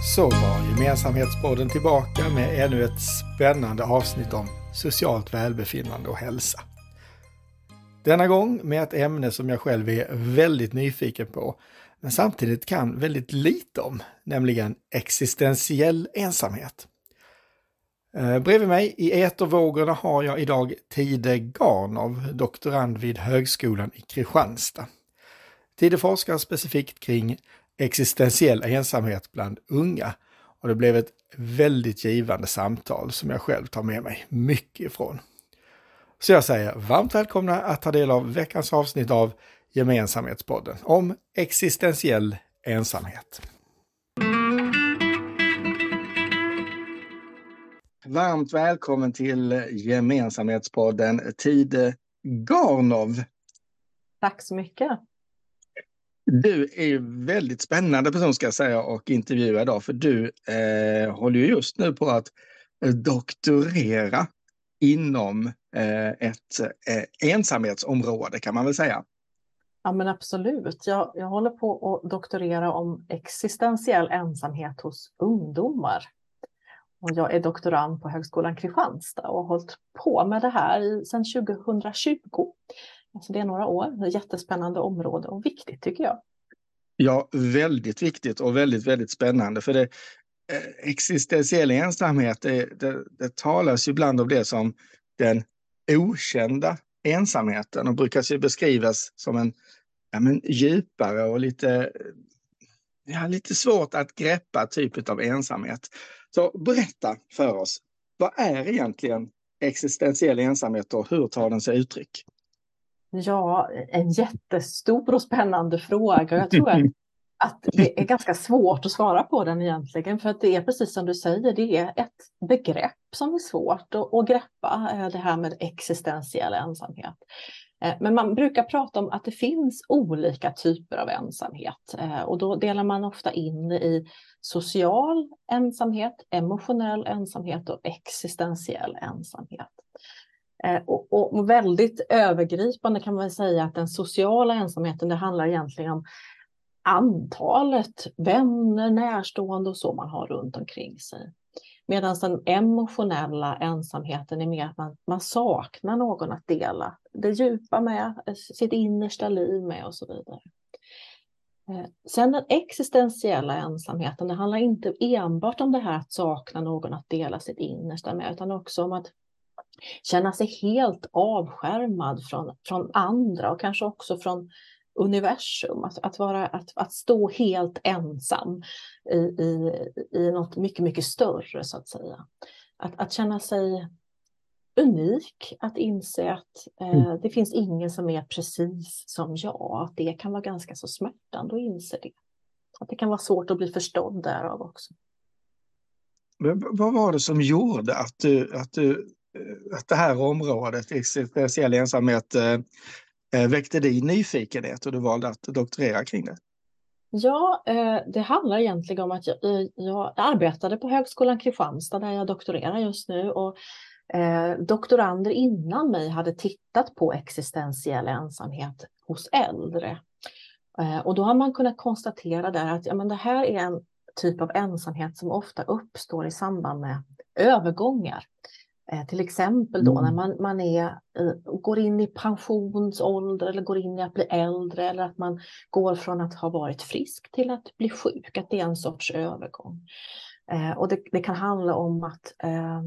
Så var Gemensamhetspodden tillbaka med ännu ett spännande avsnitt om socialt välbefinnande och hälsa. Denna gång med ett ämne som jag själv är väldigt nyfiken på, men samtidigt kan väldigt lite om, nämligen existentiell ensamhet. Bredvid mig i etervågorna har jag idag Tide Garnov, doktorand vid Högskolan i Kristianstad. Tide forskar specifikt kring existentiell ensamhet bland unga, och det blev ett väldigt givande samtal som jag själv tar med mig mycket ifrån. Så jag säger varmt välkomna att ta del av veckans avsnitt av Gemensamhetspodden om existentiell ensamhet. Varmt välkommen till Gemensamhetspodden Tide Garnov. Tack så mycket. Du är ju väldigt spännande person ska jag säga och intervjua idag, för du håller ju just nu på att doktorera inom ett ensamhetsområde kan man väl säga. Ja men absolut. Jag håller på att doktorera om existentiell ensamhet hos ungdomar. Och jag är doktorand på Högskolan Kristianstad och har hållit på med det här sedan 2020. Alltså det är några år. Det är ett jättespännande område och viktigt tycker jag. Ja, väldigt viktigt och väldigt, väldigt spännande. För det existentiell ensamhet, det talas ju ibland om det som den okända ensamheten och brukar ju beskrivas som en djupare och lite svårt att greppa typ av ensamhet. Så berätta för oss, vad är egentligen existentiell ensamhet och hur tar den sig uttryck? Ja, en jättestor och spännande fråga. Jag tror att det är ganska svårt att svara på den egentligen. För att det är precis som du säger, det är ett begrepp som är svårt att greppa, det här med existentiell ensamhet. Men man brukar prata om att det finns olika typer av ensamhet. Och då delar man ofta in det i social ensamhet, emotionell ensamhet och existentiell ensamhet. Och väldigt övergripande kan man säga att den sociala ensamheten, det handlar egentligen om antalet vänner, närstående och så man har runt omkring sig. Medan den emotionella ensamheten är mer att man saknar någon att dela det djupa med, sitt innersta liv med och så vidare. Sen den existentiella ensamheten, det handlar inte enbart om det här att sakna någon att dela sitt innersta med, utan också om att känna sig helt avskärmad från andra och kanske också från universum. Att stå helt ensam i något mycket, mycket större så att säga. Att känna sig unik, att inse att det finns ingen som är precis som jag. Att det kan vara ganska så smärtande att inse det. Att det kan vara svårt att bli förstådd därav också. Men vad var det som gjorde att det här området, existentiell ensamhet, väckte dig nyfikenhet och du valde att doktorera kring det? Ja, det handlar egentligen om att jag arbetade på Högskolan Kristianstad där jag doktorerar just nu. Och doktorander innan mig hade tittat på existentiell ensamhet hos äldre. Och då har man kunnat konstatera där att det här är en typ av ensamhet som ofta uppstår i samband med övergångar. Till exempel då när man går in i pensionsålder eller går in i att bli äldre, eller att man går från att ha varit frisk till att bli sjuk, att det är en sorts övergång. Och det kan handla om att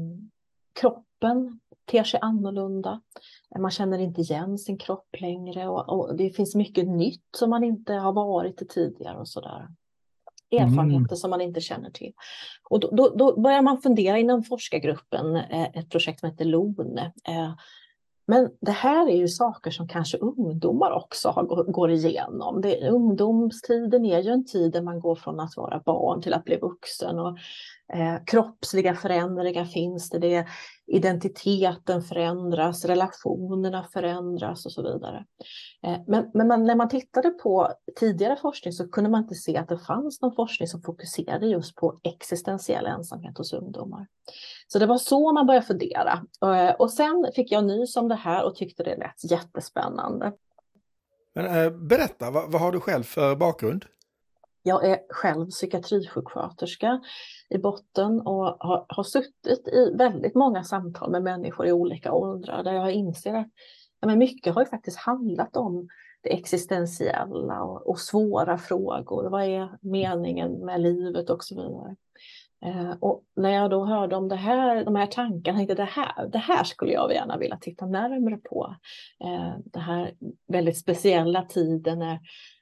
kroppen ter sig annorlunda, man känner inte igen sin kropp längre och det finns mycket nytt som man inte har varit i tidigare och sådär. Erfarenheter som man inte känner till. Och då börjar man fundera inom forskargruppen, ett projekt som heter LONE. Men det här är ju saker som kanske ungdomar också går igenom. Ungdomstiden är ju en tid där man går från att vara barn till att bli vuxen. Och kroppsliga förändringar finns det. Identiteten förändras, relationerna förändras och så vidare. Men när man tittade på tidigare forskning så kunde man inte se att det fanns någon forskning som fokuserade just på existentiell ensamhet hos ungdomar. Så det var så man började fundera. Och sen fick jag nys om det här och tyckte det lät jättespännande. Men berätta, vad har du själv för bakgrund? Jag är själv psykiatrisjuksköterska i botten och har suttit i väldigt många samtal med människor i olika åldrar där jag inser att men mycket har ju faktiskt handlat om det existentiella och svåra frågor. Vad är meningen med livet och så vidare. Och när jag då hörde om de här tankarna, tänkte det här skulle jag gärna vilja titta närmare på. Det här väldigt speciella tiden när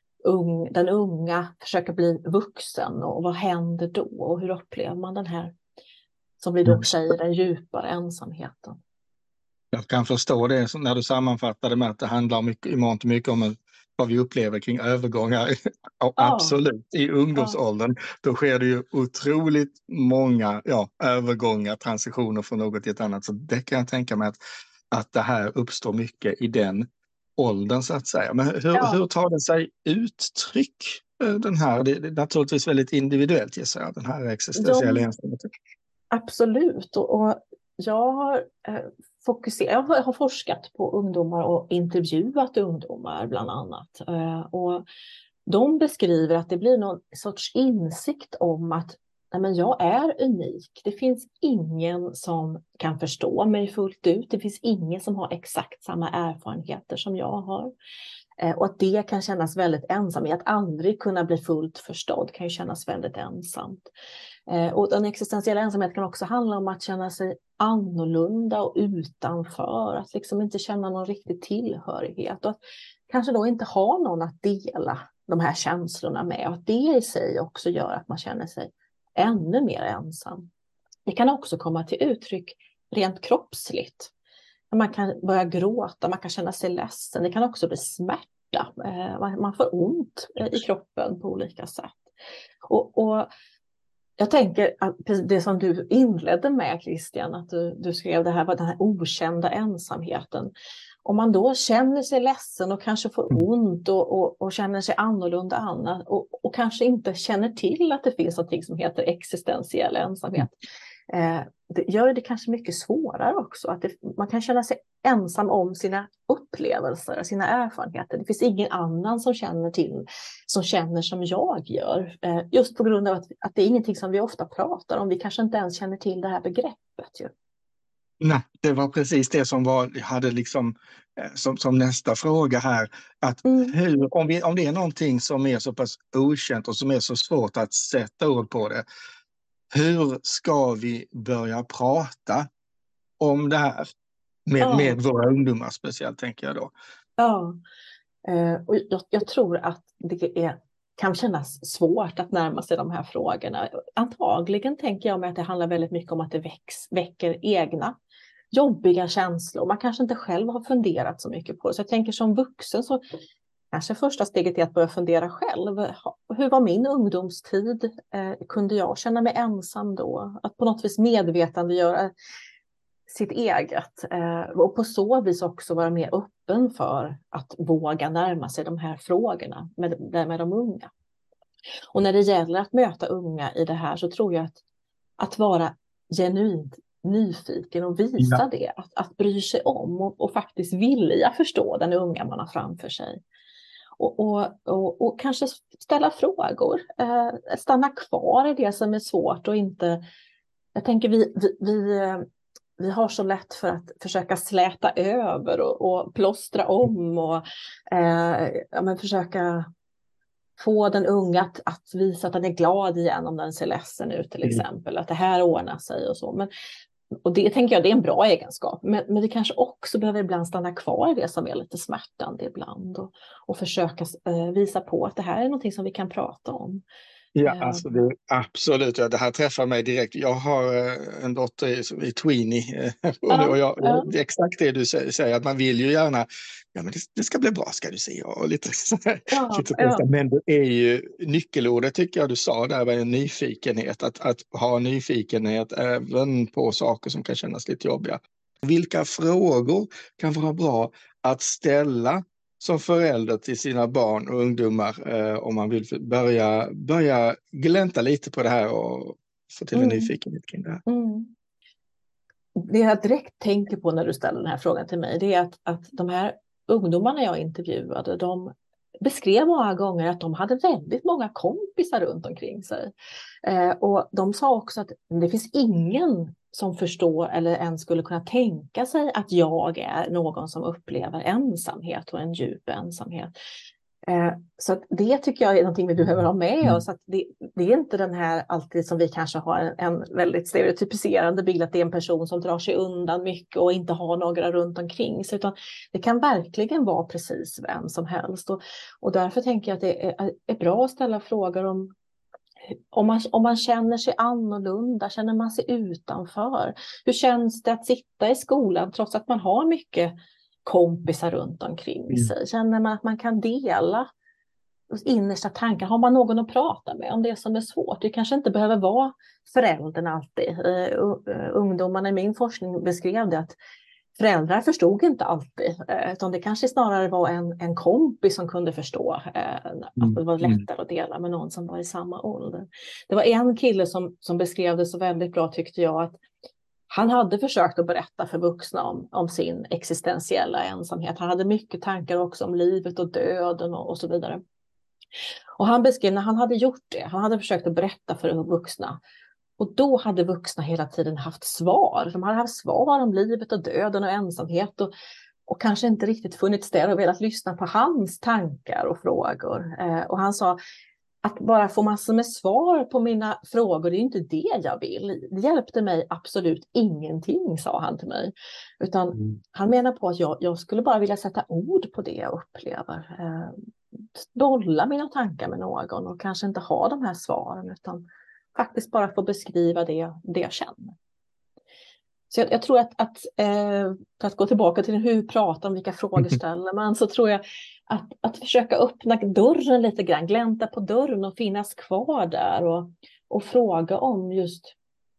den unga försöker bli vuxen, och vad händer då och hur upplever man den här, som vi då säger, den djupare ensamheten. Jag kan förstå det när du sammanfattade med att det handlar mycket, i mångt och mycket om vad vi upplever kring övergångar. Ja, absolut, i ungdomsåldern då sker det ju otroligt många övergångar, transitioner från något till ett annat. Så det kan jag tänka mig att det här uppstår mycket i den åldern så att säga. Men hur tar det sig uttryck, den här? Det är naturligtvis väldigt individuellt, gissar jag, den här existentiella ensamheten. Absolut, och jag har jag har forskat på ungdomar och intervjuat ungdomar bland annat. Och de beskriver att det blir någon sorts insikt om att jag är unik. Det finns ingen som kan förstå mig fullt ut. Det finns ingen som har exakt samma erfarenheter som jag har. Och att det kan kännas väldigt ensamt. Att aldrig kunna bli fullt förstådd kan ju kännas väldigt ensamt. Och den existentiella ensamheten kan också handla om att känna sig annorlunda och utanför. Att liksom inte känna någon riktig tillhörighet. Och att kanske då inte ha någon att dela de här känslorna med. Och att det i sig också gör att man känner sig ännu mer ensam. Det kan också komma till uttryck rent kroppsligt. Man kan börja gråta, man kan känna sig ledsen. Det kan också bli smärta. Man får ont i kroppen på olika sätt. Och jag tänker att det som du inledde med, Christian, att du skrev det här, var den här okända ensamheten. Om man då känner sig ledsen och kanske får ont och känner sig annorlunda annat och kanske inte känner till att det finns något som heter existentiell ensamhet. Det gör det kanske mycket svårare också. Att man kan känna sig ensam om sina upplevelser, sina erfarenheter. Det finns ingen annan som känner som jag gör. Just på grund av att det är ingenting som vi ofta pratar om. Vi kanske inte ens känner till det här begreppet. Ju. Nej, det var precis det som hade liksom som nästa fråga här. Att om det är någonting som är så pass okänt och som är så svårt att sätta ord på det. Hur ska vi börja prata om det här med våra ungdomar speciellt, tänker jag då? Ja, och jag tror att det kan kännas svårt att närma sig de här frågorna. Antagligen tänker jag mig att det handlar väldigt mycket om att det väcker egna jobbiga känslor. Man kanske inte själv har funderat så mycket på det. Så jag tänker som vuxen så kanske första steget är att börja fundera själv. Hur var min ungdomstid? Kunde jag känna mig ensam då? Att på något vis medvetandegöra sitt eget. Och på så vis också vara mer öppen för att våga närma sig de här frågorna med de unga. Och när det gäller att möta unga i det här så tror jag att vara genuint nyfiken och visa det. Att bry sig om och faktiskt vilja förstå den unga man har framför sig. Och kanske ställa frågor. Stanna kvar i det som är svårt och inte... Jag tänker vi har så lätt för att försöka släta över och plåstra om och försöka få den unga att visa att den är glad igen om den ser ledsen ut till exempel. Att det här ordnar sig och så. Och det tänker jag, det är en bra egenskap. Men vi kanske också behöver ibland stanna kvar i det som är lite smärtande ibland. Och försöka visa på att det här är någonting som vi kan prata om. Ja, alltså absolut. Det här träffar mig direkt. Jag har en dotter i tweenie och det är exakt det du säger, att man vill ju gärna, men det ska bli bra ska du se. Och lite Men det är ju nyckelordet tycker jag du sa där, var nyfikenhet. Att ha nyfikenhet även på saker som kan kännas lite jobbiga. Vilka frågor kan vara bra att ställa som förälder till sina barn och ungdomar om man vill börja glänta lite på det här och få till en nyfikenhet kring det här? Det jag direkt tänker på när du ställer den här frågan till mig, det är att de här ungdomarna jag intervjuade, beskrev många gånger att de hade väldigt många kompisar runt omkring sig. Och de sa också att det finns ingen som förstår eller ens skulle kunna tänka sig att jag är någon som upplever ensamhet och en djup ensamhet. Så att det tycker jag är någonting vi behöver ha med oss. Att det är inte den här alltid som vi kanske har en väldigt stereotypiserande bild att det är en person som drar sig undan mycket och inte har några runt omkring sig. Utan det kan verkligen vara precis vem som helst. Och därför tänker jag att det är bra att ställa frågor om man känner sig annorlunda, känner man sig utanför. Hur känns det att sitta i skolan trots att man har mycket kompisar runt omkring sig? Känner man att man kan dela innersta tankar? Har man någon att prata med om det som är svårt? Det kanske inte behöver vara föräldern alltid. Ungdomarna i min forskning beskrev det att föräldrar förstod inte alltid, utan det kanske snarare var en kompis som kunde förstå att det var lättare att dela med någon som var i samma ålder. Det var en kille som beskrev det så väldigt bra, tyckte jag, att han hade försökt att berätta för vuxna om sin existentiella ensamhet. Han hade mycket tankar också om livet och döden och så vidare. Och han beskrev när han hade gjort det, han hade försökt att berätta för vuxna. Och då hade vuxna hela tiden haft svar. De hade haft svar om livet och döden och ensamhet. Och kanske inte riktigt funnits där och velat lyssna på hans tankar och frågor. Och han sa att bara få massor med svar på mina frågor, det är inte det jag vill. Det hjälpte mig absolut ingenting, sa han till mig. Utan han menar på att jag skulle bara vilja sätta ord på det jag upplever. Bolla mina tankar med någon och kanske inte ha de här svaren, utan faktiskt bara få beskriva det jag känner. Så jag tror att för att gå tillbaka till hur vi pratar om vilka frågor ställer man, så tror jag att försöka öppna dörren lite grann, glänta på dörren och finnas kvar där och fråga om just,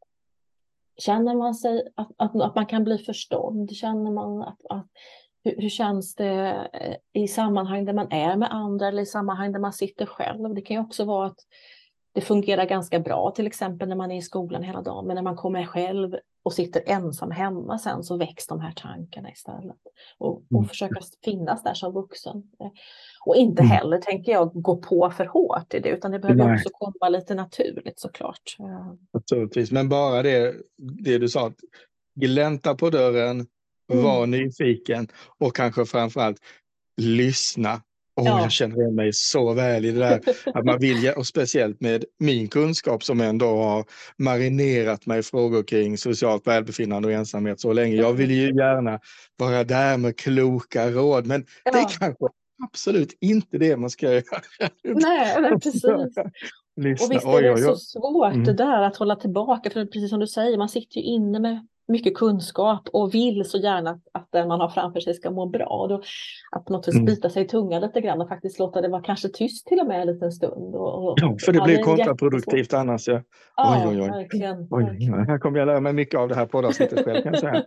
känner man sig att man kan bli förstådd? Känner man hur känns det i sammanhang där man är med andra eller i sammanhang där man sitter själv? Det kan ju också vara att det fungerar ganska bra, till exempel när man är i skolan hela dagen. Men när man kommer själv och sitter ensam hemma sen, så väcks de här tankarna istället. Och försöka finnas där som vuxen. Och inte heller, tänker jag, gå på för hårt i det. Utan det behöver också komma lite naturligt, såklart. Naturligtvis, men bara det du sa, att glänta på dörren, var nyfiken och kanske framförallt lyssna. Jag känner igen mig så väl i det där, att man vill, och speciellt med min kunskap som ändå har marinerat mig i frågor kring socialt välbefinnande och ensamhet så länge. Jag vill ju gärna vara där med kloka råd, men det är kanske absolut inte det man ska göra. Nej, precis. Lyssna. Och visst är det så svårt det där att hålla tillbaka, för precis som du säger, man sitter ju inne med mycket kunskap och vill så gärna att den man har framför sig ska må bra. Och då, att på något vis bita sig i tungan lite grann och faktiskt låta det vara kanske tyst till och med en liten stund. För det blir kontraproduktivt annars. Ja. Oj. Verkligen. Här kommer jag lära mig mycket av det här poddavsnittet själv, kan jag säga.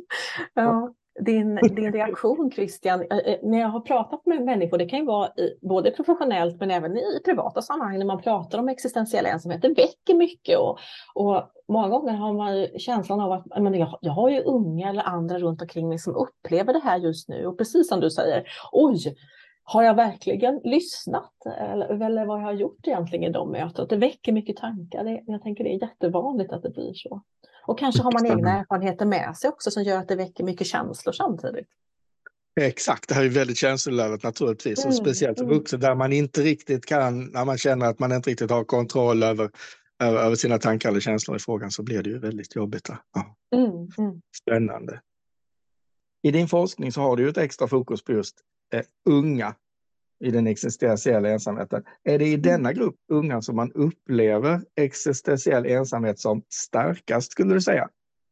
Din reaktion, Christian, när jag har pratat med människor, det kan ju vara både professionellt men även i privata sammanhang, när man pratar om existentiell ensamhet, det väcker mycket och många gånger har man känslan av att jag har ju unga eller andra runt omkring mig som upplever det här just nu, och precis som du säger, oj, har jag verkligen lyssnat eller vad jag har gjort egentligen i de möten? Det väcker mycket tankar. Jag tänker det är jättevanligt att det blir så. Och kanske har man egna erfarenheter med sig också som gör att det väcker mycket känslor samtidigt. Exakt, det här är väldigt känsloladdat naturligtvis. Och speciellt för vuxna där man inte riktigt kan, när man känner att man inte riktigt har kontroll över sina tankar eller känslor i frågan, så blir det ju väldigt jobbigt. Ja. Spännande. I din forskning så har du ju ett extra fokus på just unga i den existentiella ensamheten. Är det i denna grupp unga som man upplever existentiell ensamhet som starkast, skulle du säga?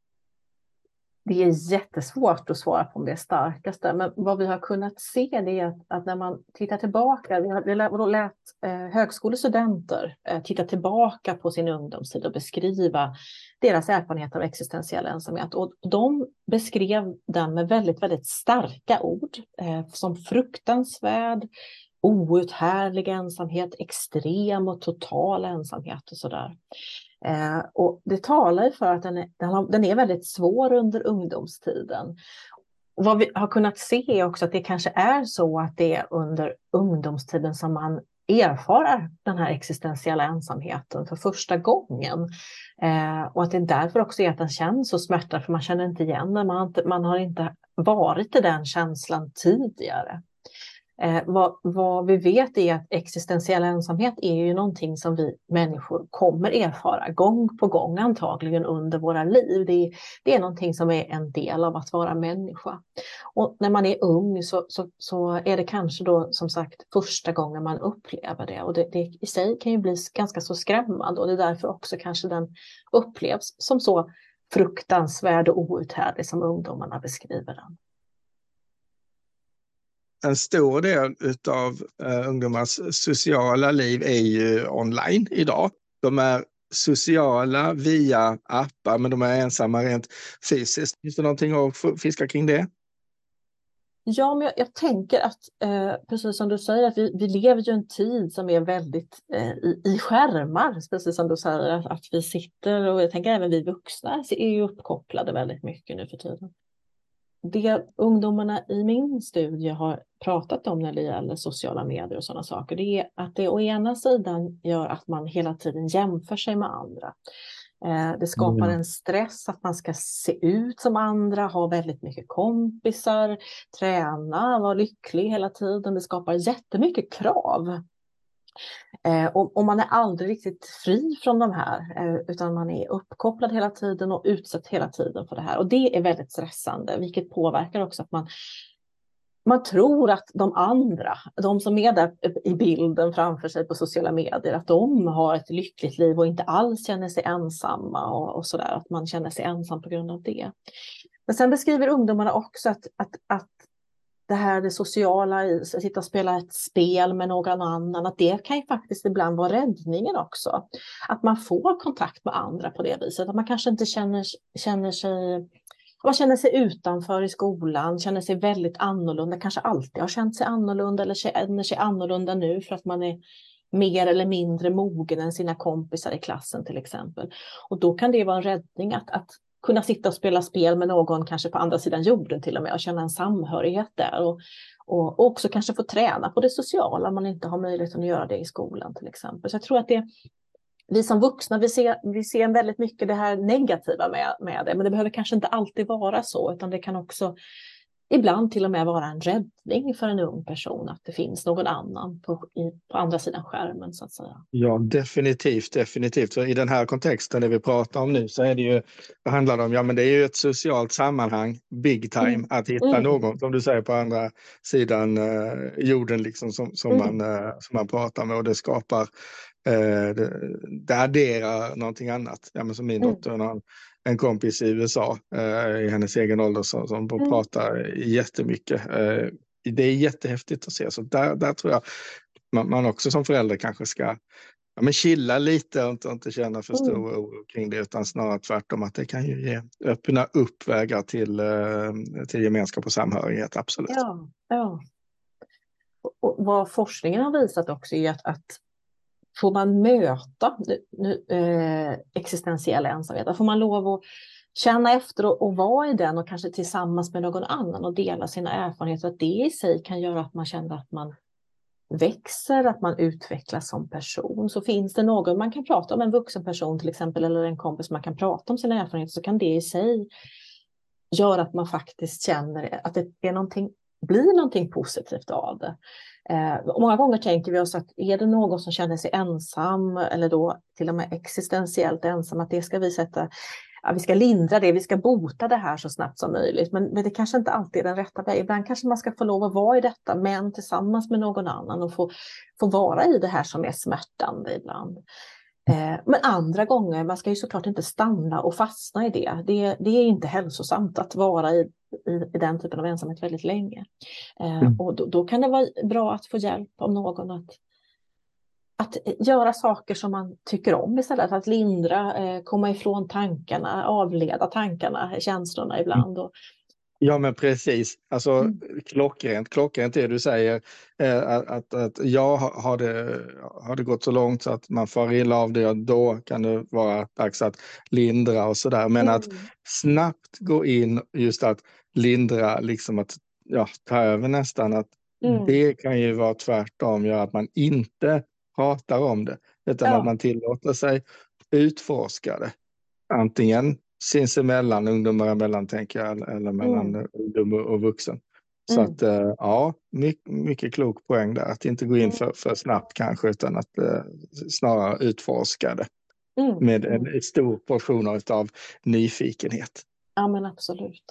Det är jättesvårt att svara på om det är starkaste, men vad vi har kunnat se det är att när man tittar tillbaka, vi lät högskolestudenter titta tillbaka på sin ungdomstid och beskriva deras erfarenhet av existentiell ensamhet, och de beskrev den med väldigt, väldigt starka ord som fruktansvärd, outhärdlig ensamhet, extrem och total ensamhet och sådär. Och det talar för att den är väldigt svår under ungdomstiden. Och vad vi har kunnat se är också att det kanske är så att det är under ungdomstiden som man erfar den här existentiella ensamheten för första gången. Och att det därför också är att den känns så smärta, för man känner inte igen den. Man har inte varit i den känslan tidigare. Vad vi vet är att existentiell ensamhet är ju någonting som vi människor kommer erfara gång på gång antagligen under våra liv. Det är någonting som är en del av att vara människa. Och när man är ung så är det kanske då som sagt första gången man upplever det. Och det i sig kan ju bli ganska så skrämmande, och det är därför också kanske den upplevs som så fruktansvärd och outhärdlig som ungdomarna beskriver den. En stor del av ungdomars sociala liv är ju online idag. De är sociala via appar, men de är ensamma rent fysiskt. Finns det någonting att fiska kring det? Ja, men jag tänker att precis som du säger, att vi lever ju en tid som är väldigt i skärmar, precis som du säger, att vi sitter, och jag tänker även vi vuxna är ju uppkopplade väldigt mycket nu för tiden. Det ungdomarna i min studie har pratat om när det gäller sociala medier och sådana saker, det är att det å ena sidan gör att man hela tiden jämför sig med andra. Det skapar en stress att man ska se ut som andra, ha väldigt mycket kompisar, träna, vara lycklig hela tiden. Det skapar jättemycket krav. Och man är aldrig riktigt fri från de här, utan man är uppkopplad hela tiden och utsatt hela tiden för det här. Och det är väldigt stressande, vilket påverkar också att man tror att de andra, de som är där i bilden framför sig på sociala medier, att de har ett lyckligt liv och inte alls känner sig ensamma och sådär, att man känner sig ensam på grund av det. Men sen beskriver ungdomarna också att det sociala, att sitta och spela ett spel med någon annan, att det kan ju faktiskt ibland vara räddningen också. Att man får kontakt med andra på det viset, att man kanske inte man känner sig utanför i skolan, känner sig väldigt annorlunda, kanske alltid har känt sig annorlunda eller känner sig annorlunda nu för att man är mer eller mindre mogen än sina kompisar i klassen till exempel. Och då kan det vara en räddning att kunna sitta och spela spel med någon kanske på andra sidan jorden till och med och känna en samhörighet där. Och också kanske få träna på det sociala om man inte har möjlighet att göra det i skolan till exempel. Så jag tror att vi som vuxna, vi ser väldigt mycket det här negativa med det. Men det behöver kanske inte alltid vara så, utan det kan också ibland till och med vara en räddning för en ung person att det finns någon annan på andra sidan skärmen så att säga. Ja, definitivt. Så i den här kontexten det vi pratar om nu så är det ju, det handlar om, ja men det är ju ett socialt sammanhang, big time, att hitta någon, som du säger, på andra sidan jorden liksom som man pratar med, och det skapar, det adderar någonting annat. Ja, men som min dotter har en kompis i USA i hennes egen ålder som pratar jättemycket. Det är jättehäftigt att se, så där tror jag man också som förälder kanske ska chilla lite och inte känna för stor oro kring det, utan snarare tvärtom, att det kan ju öppna upp vägar till gemenskap och samhörighet, absolut. Ja. Och vad forskningen har visat också är att får man möta existentiell ensamhet, får man lov att känna efter och vara i den och kanske tillsammans med någon annan och dela sina erfarenheter, att det i sig kan göra att man känner att man växer, att man utvecklas som person. Så finns det någon man kan prata om, en vuxen person till exempel, eller en kompis man kan prata om sina erfarenheter, så kan det i sig göra att man faktiskt känner att det är blir någonting positivt av det. Och många gånger tänker vi oss att är det någon som känner sig ensam eller då till och med existentiellt ensam, att det ska vi ska lindra det, vi ska bota det här så snabbt som möjligt. Men det kanske inte alltid är den rätta vägen. Ibland kanske man ska få lov att vara i detta, men tillsammans med någon annan och få vara i det här som är smärtande ibland. Men andra gånger, man ska ju såklart inte stanna och fastna i det. Det är inte hälsosamt att vara i den typen av ensamhet väldigt länge. Och då kan det vara bra att få hjälp av någon att göra saker som man tycker om istället. Att lindra, komma ifrån tankarna, avleda tankarna, känslorna ibland. Ja, men precis. Alltså klockrent det du säger, att jag har det gått så långt så att man får illa av det, och då kan det vara dags att lindra och sådär. Men att snabbt gå in, just att lindra, liksom att ta över nästan, att det kan ju vara tvärtom, göra att man inte pratar om det, utan att man tillåter sig utforska det. Antingen sinsemellan, ungdomar emellan tänker jag, eller mellan ungdom och vuxen. Så att mycket klok poäng där, att inte gå in för snabbt kanske, utan att snarare utforska det med en stor portion av nyfikenhet. Ja, men absolut.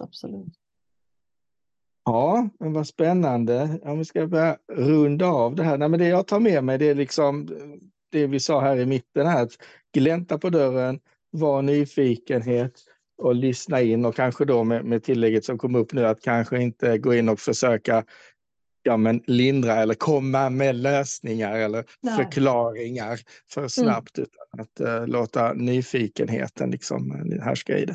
Ja, men vad spännande. Om vi ska börja runda av det här. Nej, men det jag tar med mig, det är liksom det vi sa här i mitten här, att glänta på dörren, vara nyfikenhet och lyssna in, och kanske då med tillägget som kom upp nu, att kanske inte gå in och försöka lindra eller komma med lösningar eller förklaringar för snabbt, utan att låta nyfikenheten liksom härska i det.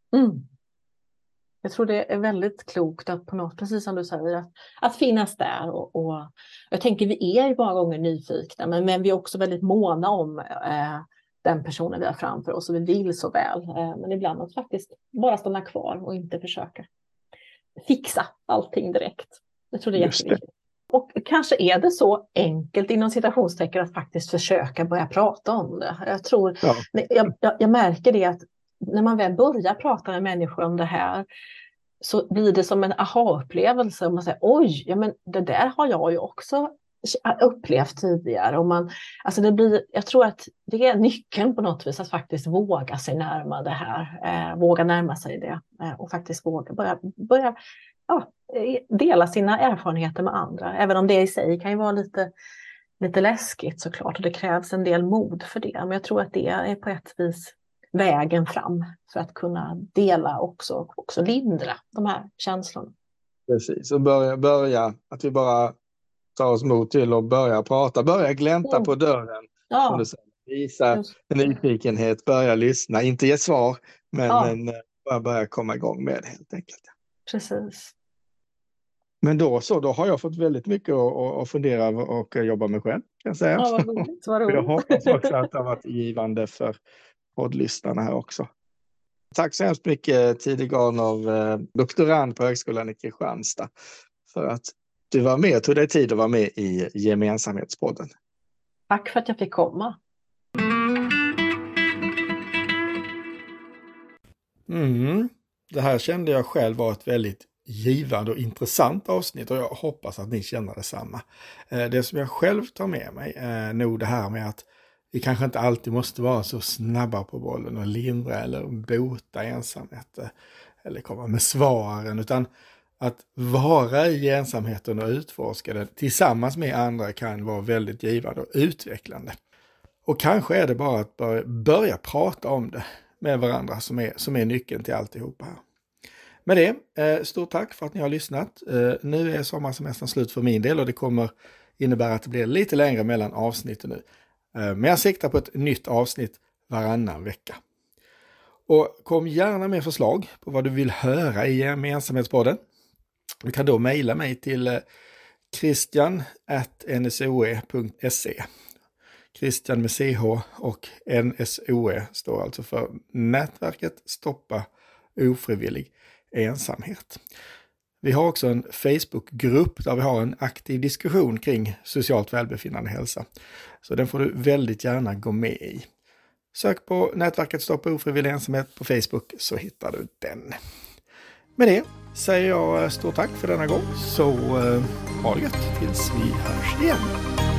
Jag tror det är väldigt klokt att på något, precis som du säger, att finnas där. Och jag tänker, vi är ju många gånger nyfikna, men vi är också väldigt måna om den personen vi har framför oss, och vi vill så väl. Men ibland att faktiskt bara stanna kvar och inte försöka fixa allting direkt. Jag tror det är jätteviktigt. Och kanske är det så enkelt inom citationstecken att faktiskt försöka börja prata om det. Jag tror, jag märker det, att när man väl börjar prata med människor om det här, så blir det som en aha-upplevelse. Och man säger, oj, men det där har jag ju också upplevt tidigare. Och jag tror att det är nyckeln på något vis, att faktiskt våga sig närma det här. Våga närma sig det. Och faktiskt våga börja dela sina erfarenheter med andra. Även om det i sig kan ju vara lite läskigt såklart. Och det krävs en del mod för det. Men jag tror att det är på ett vis vägen fram för att kunna dela också lindra de här känslorna. Precis, och börja att vi bara tar oss mod till att börja prata, börja glänta på dörren. Som du säger, visa nyfikenhet, börja lyssna, inte ge svar, men börja komma igång med det helt enkelt. Precis. Men då har jag fått väldigt mycket att fundera och jobba med själv, kan jag säga. Ja, vad roligt. Jag hoppas också att det har varit givande för poddlyssnarna här också. Tack så hemskt mycket, Tidig Garnov, doktorand på Högskolan i Kristianstad, för att du var med och tog dig tid att vara med i Gemensamhetspodden. Tack för att jag fick komma. Det här kände jag själv var ett väldigt givande och intressant avsnitt, och jag hoppas att ni känner detsamma. Det som jag själv tar med mig är nog det här med att vi kanske inte alltid måste vara så snabba på bollen och lindra eller bota ensamhet eller komma med svaren, utan att vara i ensamheten och utforska den tillsammans med andra kan vara väldigt givande och utvecklande. Och kanske är det bara att börja prata om det med varandra som är nyckeln till alltihopa här. Med det, stort tack för att ni har lyssnat. Nu är sommarsemestern slut för min del, och det kommer innebära att det blir lite längre mellan avsnitten nu. Men jag siktar på ett nytt avsnitt varannan vecka. Och kom gärna med förslag på vad du vill höra i Gemensamhetspodden. Du kan då mejla mig till christian@nsoe.se. Christian med CH och NSOE står alltså för Nätverket Stoppa Ofrivillig Ensamhet. Vi har också en Facebookgrupp där vi har en aktiv diskussion kring socialt välbefinnande och hälsa. Så den får du väldigt gärna gå med i. Sök på Nätverket Stoppa Ofrivillig Ensamhet på Facebook så hittar du den. Med det säger jag stort tack för denna gång, så ha det gött tills vi hörs igen.